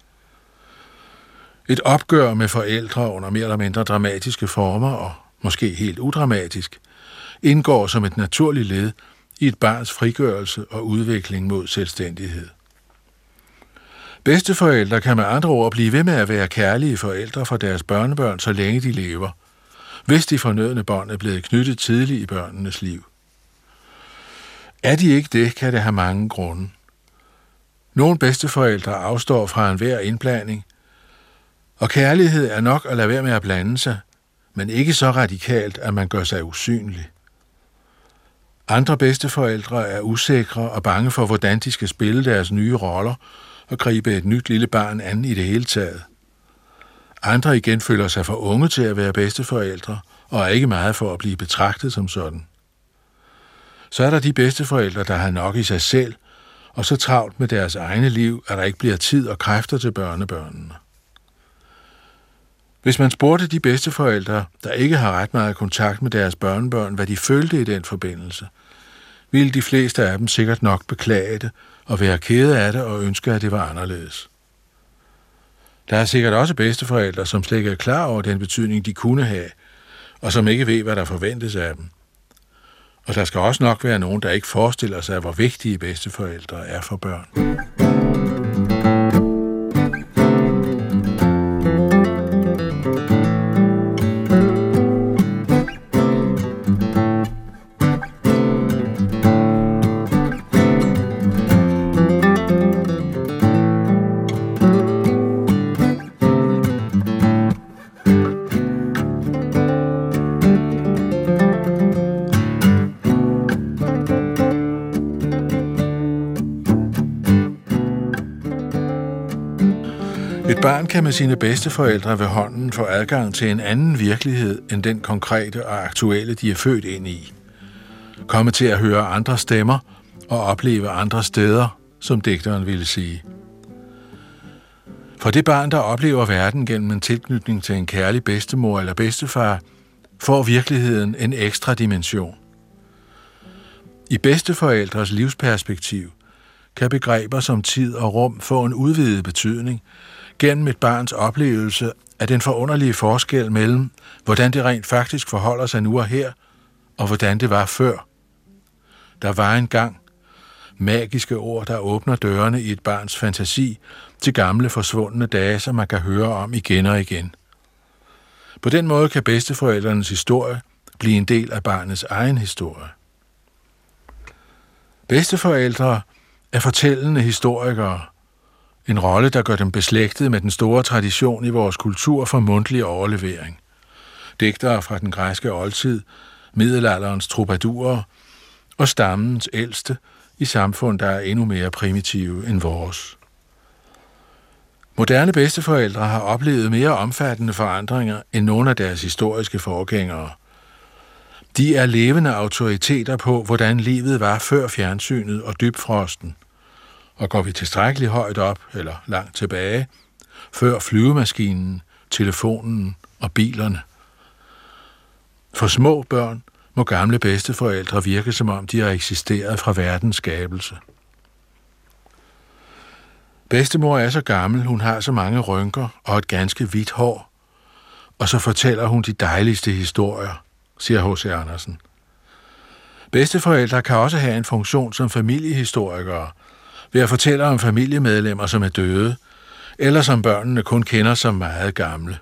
Et opgør med forældre under mere eller mindre dramatiske former, og måske helt udramatisk, indgår som et naturligt led i et barns frigørelse og udvikling mod selvstændighed. Bedsteforældre kan med andre ord blive ved med at være kærlige forældre for deres børnebørn, så længe de lever, hvis de fornødne bånd er blevet knyttet tidligt i børnenes liv. Er de ikke det, kan det have mange grunde. Nogle bedsteforældre afstår fra enhver indblanding, og kærlighed er nok at lade være med at blande sig, men ikke så radikalt, at man gør sig usynlig. Andre bedsteforældre er usikre og bange for, hvordan de skal spille deres nye roller og gribe et nyt lille barn an i det hele taget. Andre igen føler sig for unge til at være bedsteforældre og er ikke meget for at blive betragtet som sådan. Så er der de bedsteforældre, der har nok i sig selv, og så travlt med deres egne liv, at der ikke bliver tid og kræfter til børnebørnene. Hvis man spurgte de bedsteforældre, der ikke har ret meget kontakt med deres børnebørn, hvad de følte i den forbindelse, ville de fleste af dem sikkert nok beklage det og være kede af det og ønske, at det var anderledes. Der er sikkert også bedsteforældre, som slet ikke er klar over den betydning, de kunne have, og som ikke ved, hvad der forventes af dem. Og der skal også nok være nogen, der ikke forestiller sig, hvor vigtige bedsteforældre er for børn. Et barn kan med sine bedsteforældre ved hånden få adgang til en anden virkelighed end den konkrete og aktuelle, de er født ind i. Komme til at høre andre stemmer og opleve andre steder, som digteren ville sige. For det barn, der oplever verden gennem en tilknytning til en kærlig bedstemor eller bedstefar, får virkeligheden en ekstra dimension. I bedsteforældres livsperspektiv kan begreber som tid og rum få en udvidet betydning gennem et barns oplevelse af den forunderlige forskel mellem, hvordan det rent faktisk forholder sig nu og her, og hvordan det var før. Der var engang magiske ord, der åbner dørene i et barns fantasi til gamle forsvundne dage, som man kan høre om igen og igen. På den måde kan bedsteforældrenes historie blive en del af barnets egen historie. Bedsteforældre er fortællende historikere, en rolle, der gør dem beslægtet med den store tradition i vores kultur for mundtlig overlevering. Digtere fra den græske oldtid, middelalderens troubadurer og stammens ældste i samfund, der er endnu mere primitive end vores. Moderne bedsteforældre har oplevet mere omfattende forandringer end nogle af deres historiske forgængere. De er levende autoriteter på, hvordan livet var før fjernsynet og dybfrosten. Og går vi tilstrækkeligt højt op, eller langt tilbage, før flyvemaskinen, telefonen og bilerne. For små børn må gamle bedsteforældre virke, som om de har eksisteret fra verdens skabelse. Bedstemor er så gammel, hun har så mange rynker og et ganske hvidt hår, og så fortæller hun de dejligste historier, siger H C Andersen. Bedsteforældre kan også have en funktion som familiehistorikere, ved at fortælle om familiemedlemmer, som er døde, eller som børnene kun kender som meget gamle.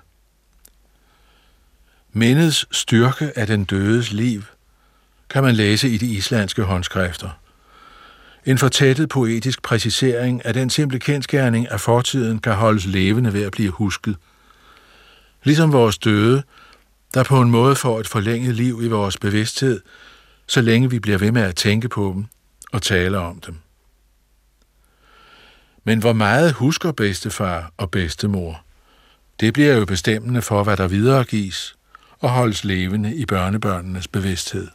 Mindets styrke af den dødes liv kan man læse i de islandske håndskrifter. En fortættet poetisk præcisering af den simple kendsgerning, at fortiden kan holdes levende ved at blive husket. Ligesom vores døde, der på en måde får et forlænget liv i vores bevidsthed, så længe vi bliver ved med at tænke på dem og tale om dem. Men hvor meget husker bedstefar og bedstemor? Det bliver jo bestemmende for, hvad der videregives og holdes levende i børnebørnenes bevidsthed.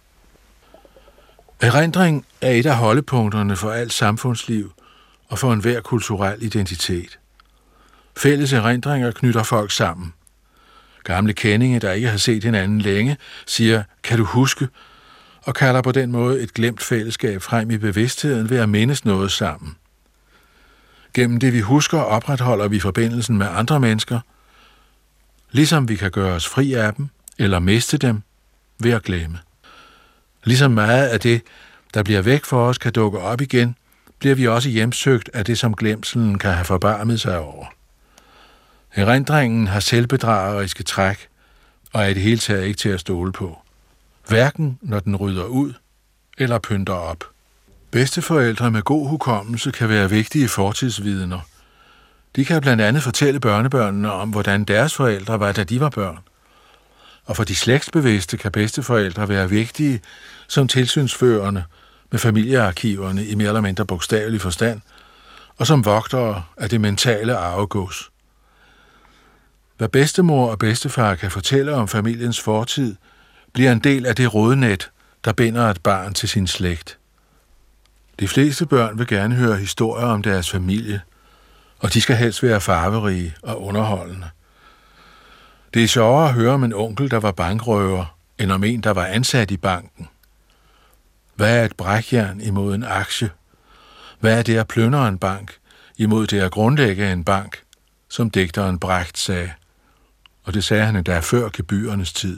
Erindring er et af holdepunkterne for alt samfundsliv og for enhver kulturel identitet. Fælles erindringer knytter folk sammen. Gamle kendinge, der ikke har set hinanden længe, siger, kan du huske, og kalder på den måde et glemt fællesskab frem i bevidstheden ved at mindes noget sammen. Gennem det, vi husker, opretholder vi forbindelsen med andre mennesker, ligesom vi kan gøre os fri af dem eller miste dem ved at glemme. Ligesom meget af det, der bliver væk for os, kan dukke op igen, bliver vi også hjemsøgt af det, som glemselen kan have forbarmet sig over. Erindringen har selvbedrageriske træk, og er i det hele taget ikke til at stole på. Hverken når den rydder ud eller pynter op. Bedsteforældre med god hukommelse kan være vigtige fortidsvidner. De kan blandt andet fortælle børnebørnene om, hvordan deres forældre var, da de var børn. Og for de slægtsbevidste kan bedsteforældre være vigtige som tilsynsførende med familiearkiverne i mere eller mindre bogstavelig forstand, og som vogtere af det mentale arvegods. Hvad bedstemor og bedstefar kan fortælle om familiens fortid, bliver en del af det rodnet, der binder et barn til sin slægt. De fleste børn vil gerne høre historier om deres familie, og de skal helst være farverige og underholdende. Det er sjovere at høre om en onkel, der var bankrøver, end om en, der var ansat i banken. Hvad er et brækjern imod en aktie? Hvad er det at plyndre en bank imod det at grundlægge en bank, som digteren Brecht sagde? Og det sagde han endda før gebyrernes tid.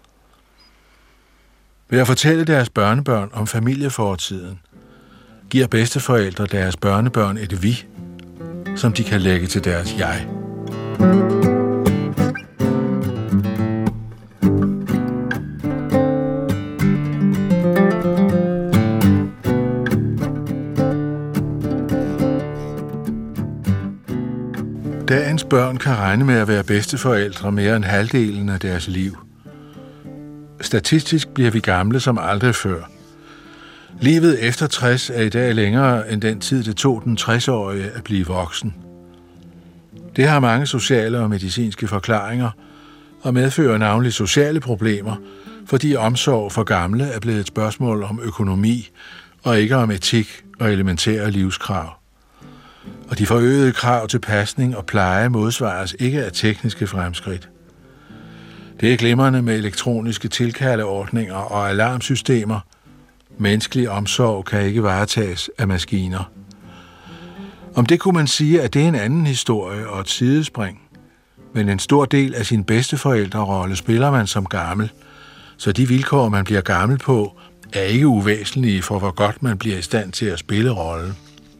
Ved at fortælle deres børnebørn om familiefortiden, giver bedsteforældre deres børnebørn et vi, som de kan lægge til deres jeg. Dagens børn kan regne med at være bedsteforældre mere end halvdelen af deres liv. Statistisk bliver vi gamle som aldrig før. Livet efter tres er i dag længere end den tid, det tog den tres-årige at blive voksen. Det har mange sociale og medicinske forklaringer og medfører navnlig sociale problemer, fordi omsorg for gamle er blevet et spørgsmål om økonomi og ikke om etik og elementære livskrav. Og de forøgede krav til pasning og pleje modsvares ikke af tekniske fremskridt. Det er glimrende med elektroniske tilkaldeordninger og alarmsystemer. Menneskelig omsorg kan ikke varetages af maskiner. Om det kunne man sige, at det er en anden historie og et sidespring. Men en stor del af sin bedsteforældrerolle spiller man som gammel, Så de vilkår, man bliver gammel på, er ikke uvæsentlige for, hvor godt man bliver i stand til at spille rollen.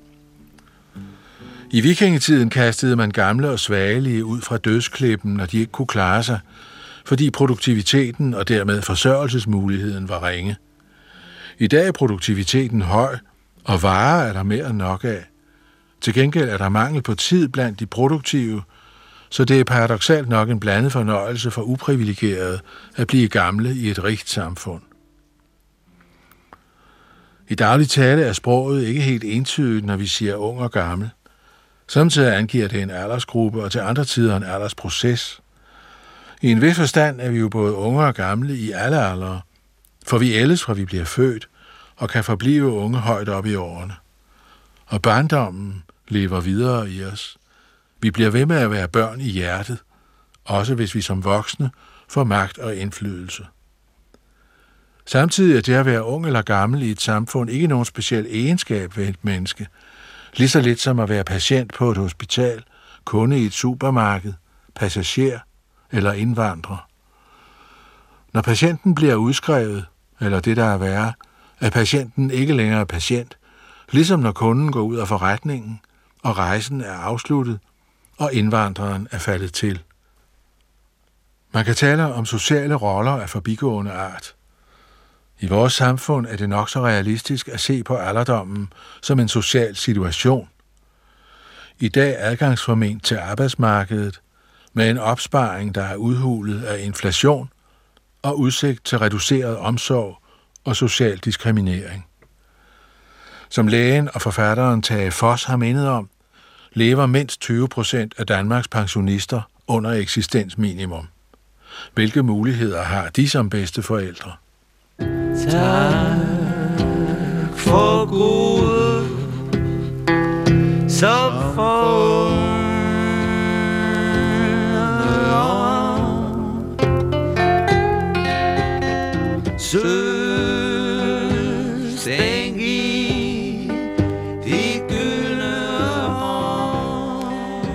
I vikingetiden kastede man gamle og svagelige ud fra dødsklippen, når de ikke kunne klare sig, fordi produktiviteten og dermed forsørgelsesmuligheden var ringe. I dag er produktiviteten høj, og varer er der mere end nok af. Til gengæld er der mangel på tid blandt de produktive, så det er paradoksalt nok en blandet fornøjelse for uprivilegerede at blive gamle i et rigt samfund. I daglig tale er sproget ikke helt entydigt, når vi siger ung og gammel. Samtidig angiver det en aldersgruppe, og til andre tider en aldersproces. I en vis forstand er vi jo både unge og gamle i alle aldre, for vi ældes fra vi bliver født, og kan forblive unge højt op i årene. Og barndommen lever videre i os. Vi bliver ved med at være børn i hjertet, også hvis vi som voksne får magt og indflydelse. Samtidig er det at være ung eller gammel i et samfund ikke nogen speciel egenskab ved et menneske, lige så lidt som at være patient på et hospital, kunde i et supermarked, passager eller indvandrer. Når patienten bliver udskrevet, eller det der er værre, er patienten ikke længere patient, ligesom når kunden går ud af forretningen, og rejsen er afsluttet, og indvandreren er faldet til. Man kan tale om sociale roller af forbigående art. I vores samfund er det nok så realistisk at se på alderdommen som en social situation. I dag adgangsforment til arbejdsmarkedet med en opsparing, der er udhulet af inflation og udsigt til reduceret omsorg og social diskriminering. Som lægen og forfatteren Tage Foss har mindet om, lever mindst tyve procent af Danmarks pensionister under eksistensminimum. Hvilke muligheder har de som bedsteforældre? Tak for Gud, som for søstæng i de gyldne år.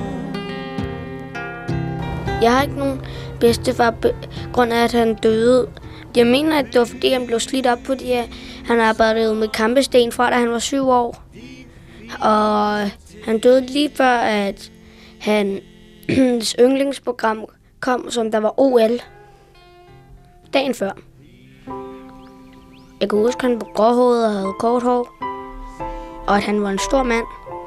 Jeg har ikke nogen bedstefar på grund af, at han døde. Jeg mener, at det var fordi, han blev slidt op, fordi han arbejdede med kampesten fra, da han var syv år. Og han døde lige før, at hans yndlingsprogram kom, som der var O L. Dagen før. Jeg kan huske, at han var gråhåret og havde kort hår. Og at han var en stor mand.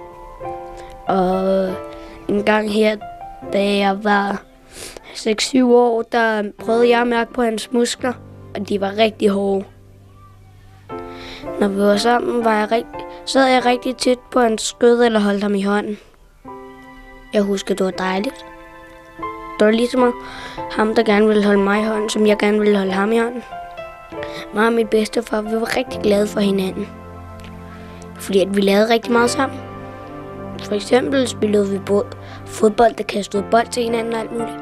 Og en gang her, da jeg var seks syv år, der prøvede jeg at mærke på hans muskler. Og de var rigtig hårde. Når vi var sammen, var jeg rigt- sad jeg rigtig tæt på hans skød eller holdt ham i hånden. Jeg husker, det var dejligt. Det var ligesom ham, der gerne ville holde mig i hånden, som jeg gerne ville holde ham i hånden. Mig og min bedstefar, vi var rigtig glade for hinanden. Fordi at vi lavede rigtig meget sammen. For eksempel spillede vi både fodbold, der kastede bold til hinanden og alt muligt.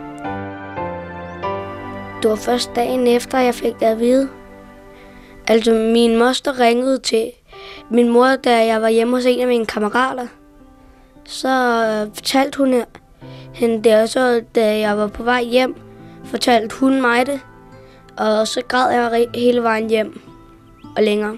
Det var først dagen efter, jeg fik det at vide. Altså, min moster ringede til min mor, da jeg var hjemme hos en af mine kammerater. Så fortalte hun hende det, og så da jeg var på vej hjem, fortalte hun mig det. Og så græd jeg hele vejen hjem og længere.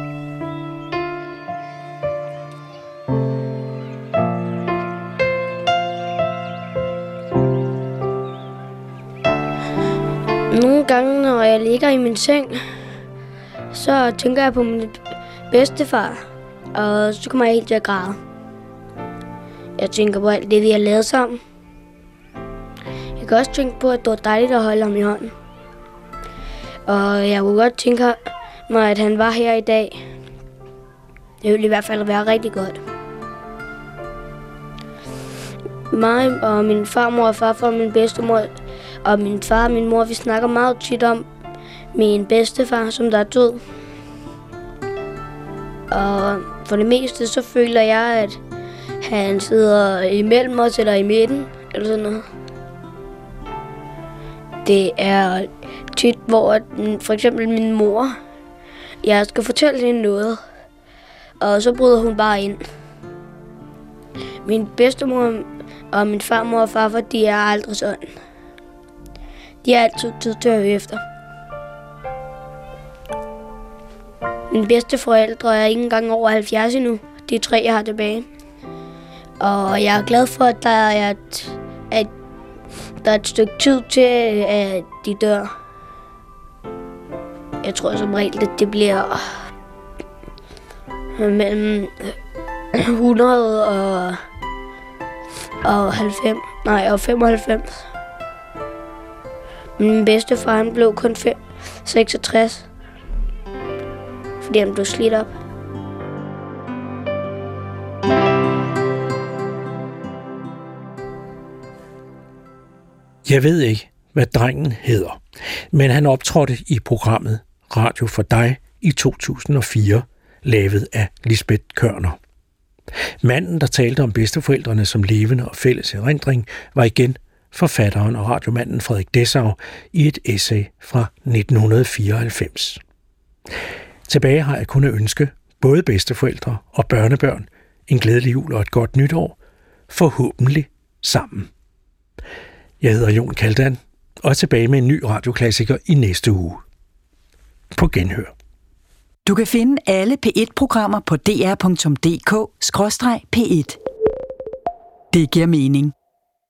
Nogle gange, når jeg ligger i min seng, så tænker jeg på min bedstefar, og så kommer jeg helt til at græde. Jeg tænker på alt det, vi har lavet sammen. Jeg kan også tænke på, at det var dejligt at holde ham i hånden. Og jeg kunne godt tænke mig, at han var her i dag. Det ville i hvert fald være rigtig godt. Mig og min farmor og farfar og min bedstemor og min far og min mor, vi snakker meget tit om min bedstefar, som der er død. Og for det meste, så føler jeg, at han sidder imellem os eller i midten, eller sådan noget. Det er tit, hvor for eksempel min mor, jeg skal fortælle hende noget, og så bryder hun bare ind. Min bedstemor og min farmor og farfar, de er aldrig sådan. De har altid tid til at høre efter. Mine bedste forældre er ikke engang over halvfjerds endnu. De tre, jeg har tilbage. Og jeg er glad for, at der er et, at der er et stykke tid til, at de dør. Jeg tror som regel, at det bliver mellem hundrede og, og halvfems, nej, og femoghalvfems. Min bedstefar, han blev kun fem, seksogtres, fordi han blev slidt op. Jeg ved ikke, hvad drengen hedder, men han optrådte i programmet Radio for dig i to tusind og fire, lavet af Lisbeth Kørner. Manden, der talte om bedsteforældrene som levende og fælles erindring, var igen forfatteren og radiomanden Frederik Dessau i et essay fra nitten fireoghalvfems. Tilbage har jeg kun at ønske både bedsteforældre og børnebørn en glædelig jul og et godt nytår, forhåbentlig sammen. Jeg hedder Jon Kaldan og er tilbage med en ny radioklassiker i næste uge. På genhør. Du kan finde alle P et-programmer på d r punktum d k skråstreg p et. Det giver mening.